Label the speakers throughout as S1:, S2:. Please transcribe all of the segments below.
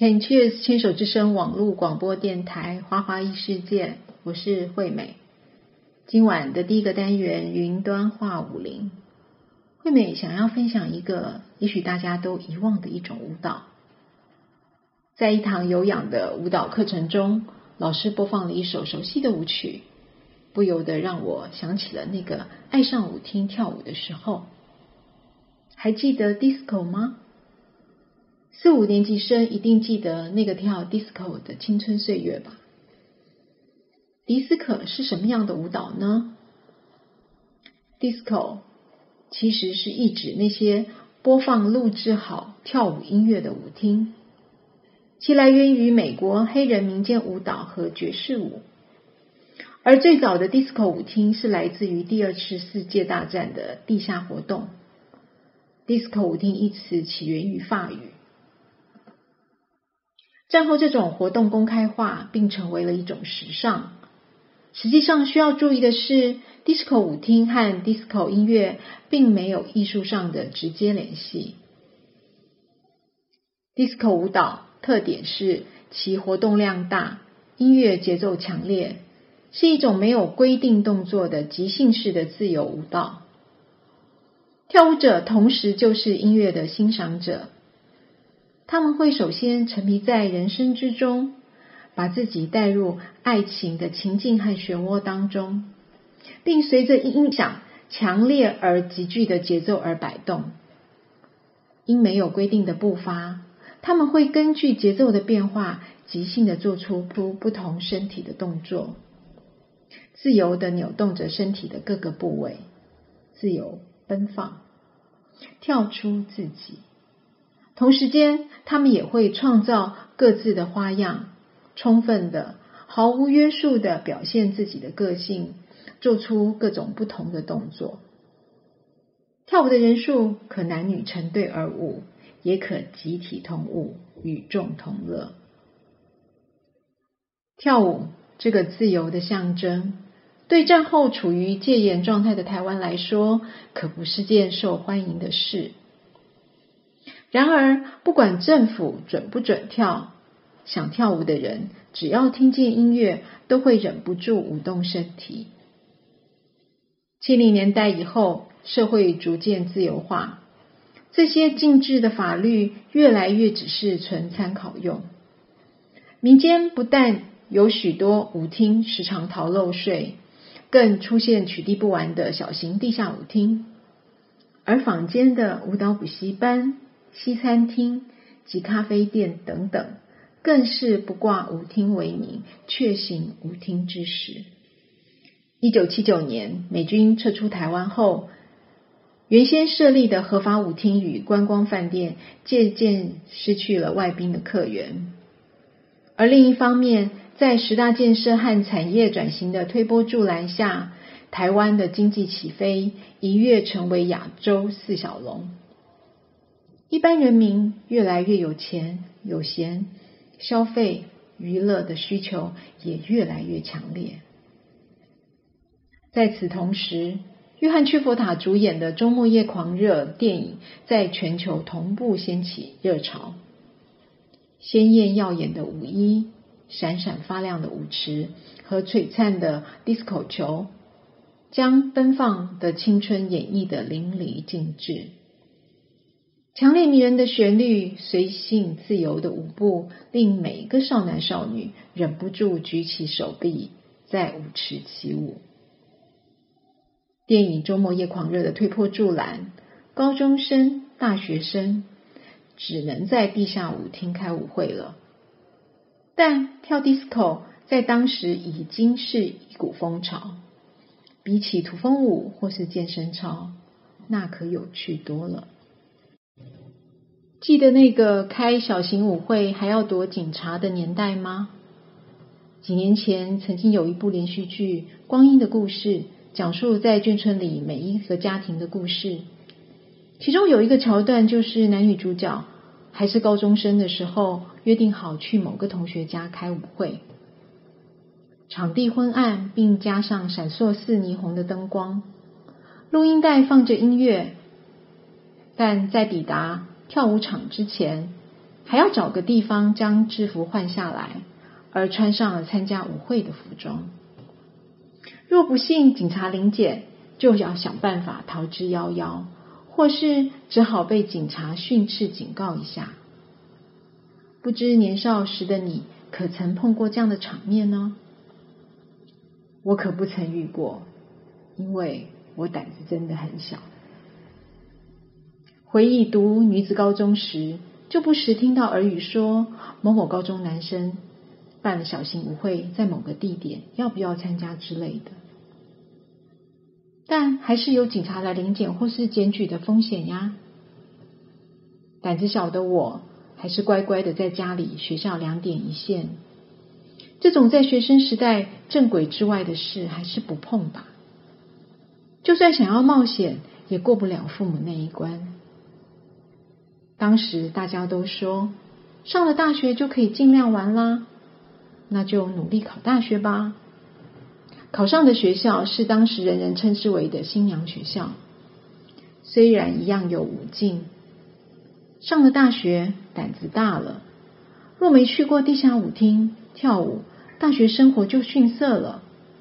S1: Can Cheers 牵手之声网络广播电台花花异世界，我是惠美。今晚的第一个单元云端话舞林，惠美想要分享一个也许大家都遗忘的一种舞蹈。在一堂有氧的舞蹈课程中，老师播放了一首熟悉的舞曲，不由得让我想起了那个爱上舞厅跳舞的时候。还记得 disco 吗？4、5年级生一定记得那个跳 disco 的青春岁月吧。迪斯科是什么样的舞蹈呢？ disco 其实是意指那些播放录制好跳舞音乐的舞厅，其来源于美国黑人民间舞蹈和爵士舞。而最早的 disco 舞厅是来自于第二次世界大战的地下活动。disco 舞厅一词起源于法语。战后这种活动公开化并成为了一种时尚。实际上需要注意的是， disco 舞厅和 disco 音乐并没有艺术上的直接联系。disco 舞蹈特点是其活动量大，音乐节奏强烈，是一种没有规定动作的即兴式的自由舞蹈。跳舞者同时就是音乐的欣赏者，他们会首先沉迷在人生之中，把自己带入爱情的情境和漩涡当中，并随着音响强烈而急剧的节奏而摆动。因没有规定的步伐，他们会根据节奏的变化即兴地做出不同身体的动作，自由地扭动着身体的各个部位，自由奔放，跳出自己。同时间，他们也会创造各自的花样，充分的、毫无约束的表现自己的个性，做出各种不同的动作。跳舞的人数可男女成对而舞，也可集体同舞，与众同乐。跳舞这个自由的象征，对战后处于戒严状态的台湾来说，可不是件受欢迎的事。然而，不管政府准不准跳，想跳舞的人只要听见音乐，都会忍不住舞动身体。70年代以后，社会逐渐自由化，这些禁制的法律越来越只是纯参考用。民间不但有许多舞厅时常逃漏税，更出现取缔不完的小型地下舞厅，而坊间的舞蹈补习班、西餐厅及咖啡店等等，更是不挂舞厅为名，确行舞厅之实。1979年美军撤出台湾后，原先设立的合法舞厅与观光饭店渐渐失去了外宾的客源。而另一方面，在10大建设和产业转型的推波助澜下，台湾的经济起飞，一跃成为亚洲4小龙。一般人民越来越有钱有闲，消费娱乐的需求也越来越强烈。在此同时，约翰·屈佛塔主演的《周末夜狂热》电影在全球同步掀起热潮。鲜艳耀眼的舞衣、闪闪发亮的舞池和璀璨的 disco 球，将奔放的青春演绎得淋漓尽致。强烈迷人的旋律，随性自由的舞步，令每个少男少女忍不住举起手臂，在舞池起舞。电影《周末夜狂热》的推波助澜，高中生、大学生只能在地下舞厅开舞会了。但跳 disco 在当时已经是一股风潮，比起土风舞或是健身操，那可有趣多了。记得那个开小型舞会还要躲警察的年代吗？几年前曾经有一部连续剧《光阴的故事》，讲述在眷村里每一个家庭的故事。其中有一个桥段，就是男女主角还是高中生的时候，约定好去某个同学家开舞会。场地昏暗，并加上闪烁似霓虹的灯光，录音带放着音乐，但在抵达跳舞场之前， 还要找个地方将制服换下来，而穿上了参加舞会的服装。若不幸警察临检，就要想办法逃之夭夭，或是只好被警察训斥警告一下。不知年少时的你可曾碰过这样的场面呢？我可不曾遇过，因为我胆子真的很小。回忆读女子高中时，就不时听到耳语说某某高中男生办了小型舞会，在某个地点，要不要参加之类的。但还是有警察来临检或是检举的风险呀。胆子小的我，还是乖乖的在家里学校2点一线。这种在学生时代正轨之外的事，还是不碰吧。就算想要冒险，也过不了父母那一关。当时大家都说，上了大学就可以尽量玩啦，那就努力考大学吧。考上的学校是当时人人称之为的新娘学校，虽然一样有舞竞。上了大学，胆子大了，若没去过地下舞厅跳舞，大学生活就逊色了。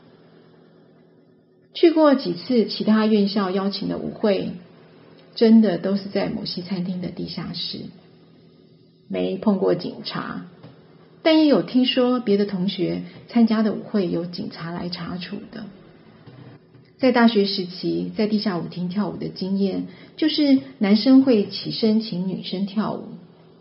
S1: 去过几次其他院校邀请的舞会，真的都是在某西餐厅的地下室，没碰过警察，但也有听说别的同学参加的舞会有警察来查处的。在大学时期，在地下舞厅跳舞的经验，就是男生会起身请女生跳舞，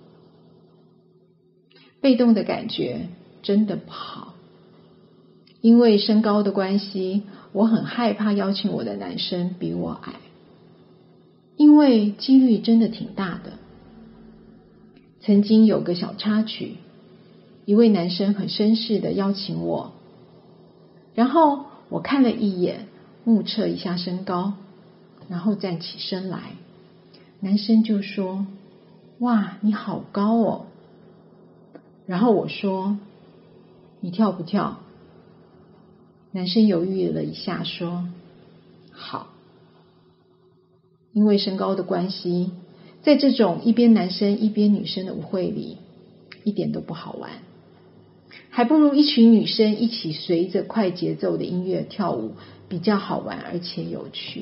S1: 被动的感觉真的不好。因为身高的关系，我很害怕邀请我的男生比我矮，因为几率真的挺大的。曾经有个小插曲，一位男生很绅士的邀请我，然后我看了一眼，目测一下身高，然后站起身来，男生就说：哇，你好高哦。然后我说：你跳不跳？男生犹豫了一下说：好。因为身高的关系，在这种一边男生一边女生的舞会里，一点都不好玩，还不如一群女生一起随着快节奏的音乐跳舞比较好玩而且有趣。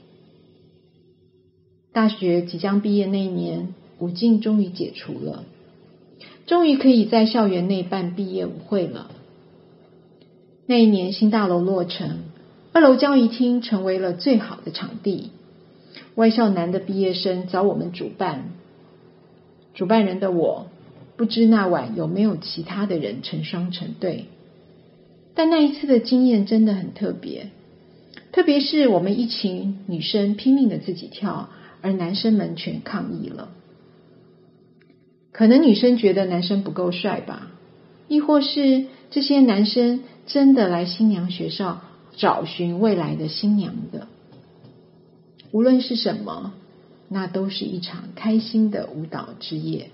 S1: 大学即将毕业那一年，舞禁终于解除了，终于可以在校园内办毕业舞会了。那一年新大楼落成，2楼交谊厅成为了最好的场地。外校男的毕业生找我们主办，主办人的我不知那晚有没有其他的人成双成对，但那一次的经验真的很特别，特别是我们一群女生拼命的自己跳，而男生们全抗议了。可能女生觉得男生不够帅吧，亦或是这些男生真的来新娘学校找寻未来的新娘的。无论是什么，那都是一场开心的舞蹈之夜。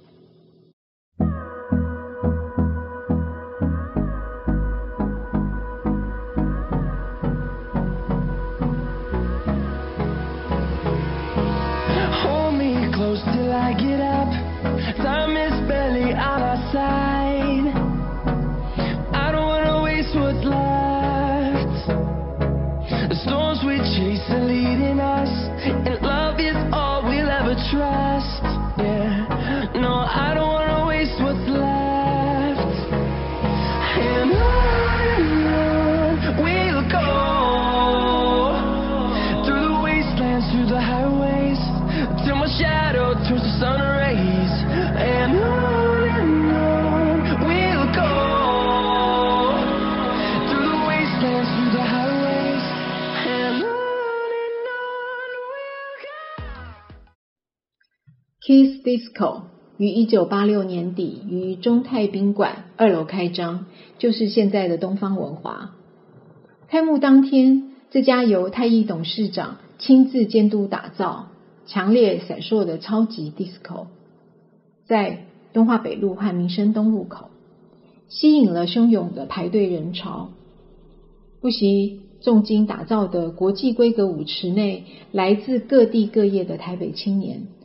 S2: Hold me close till I get up. Time is barely on our side. I don't wanna waste what's left. The storms we chase are leading us, and love is all we'll ever trust. Yeah, no, I don't wanna waste what's left. And on we'll go, through the wastelands, through the highways, till my shadow turns to sun rays. And on we'll go, through the wastelands, through the highways, and on we'll go.
S1: Kiss Disco 于1986年底于中泰宾馆2楼开张，就是现在的东方文华。开幕当天，这家由太一董事长亲自监督打造、强烈闪烁的超级 Disco， 在敦化北路和民生东路口，吸引了汹涌的排队人潮。不惜重金打造的国际规格舞池内，来自各地各业的台北青年打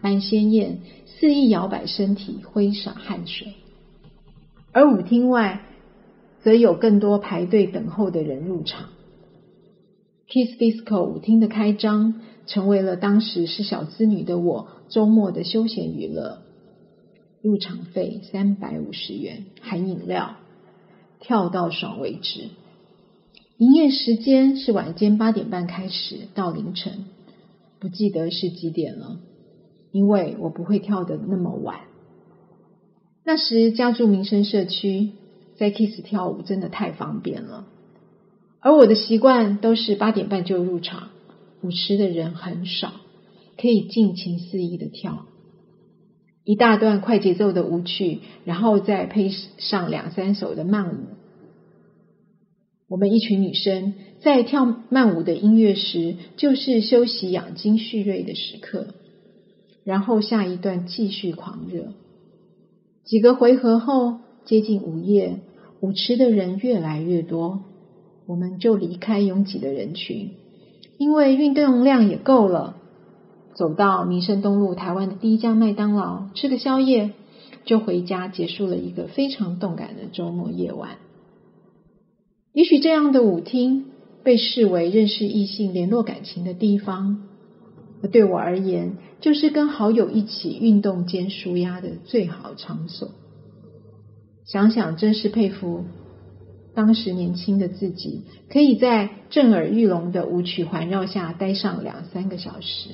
S1: 扮鲜艳，肆意摇摆身体，挥洒汗水。而舞厅外则有更多排队等候的人入场。Kiss Disco 舞厅的开张成为了当时是小资女的我周末的休闲娱乐。入场费350元，含饮料，跳到爽为止。营业时间是晚间8点半开始到凌晨，不记得是几点了，因为我不会跳得那么晚。那时家住民生社区，在 Kiss 跳舞真的太方便了。而我的习惯都是8点半就入场，舞池的人很少，可以尽情肆意的跳。一大段快节奏的舞曲，然后再配上2-3首的慢舞。我们一群女生在跳慢舞的音乐时，就是休息养精蓄锐的时刻，然后下一段继续狂热。几个回合后，接近午夜，舞池的人越来越多，我们就离开拥挤的人群，因为运动量也够了。走到民生东路台湾的第一家麦当劳吃个宵夜，就回家结束了一个非常动感的周末夜晚。也许这样的舞厅被视为认识异性联络感情的地方，而对我而言，就是跟好友一起运动兼抒压的最好场所。想想真是佩服当时年轻的自己，可以在震耳欲聋的舞曲环绕下待上2-3个小时。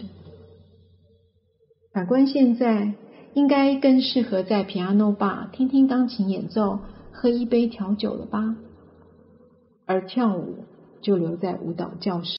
S1: 反观现在，应该更适合在 Piano Bar 听听钢琴演奏，喝一杯调酒了吧？而跳舞就留在舞蹈教室。